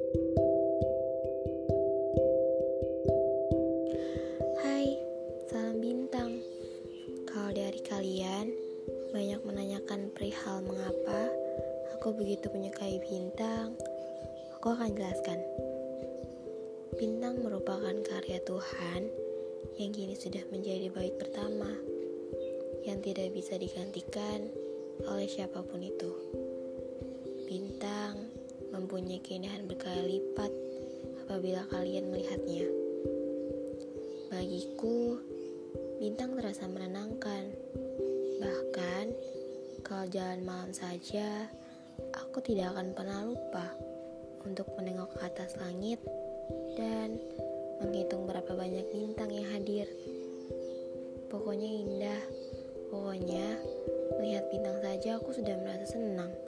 Hai, salam bintang. Kalau dari kalian banyak menanyakan perihal mengapa aku begitu menyukai bintang, aku akan jelaskan. Bintang merupakan karya Tuhan yang kini sudah menjadi bait pertama yang tidak bisa digantikan oleh siapapun itu. Bintang mempunyai keindahan berkali lipat apabila kalian melihatnya. Bagiku, bintang terasa menenangkan. Bahkan, kalau jalan malam saja, aku tidak akan pernah lupa untuk menengok ke atas langit dan menghitung berapa banyak bintang yang hadir. Pokoknya indah. Pokoknya, melihat bintang saja aku sudah merasa senang.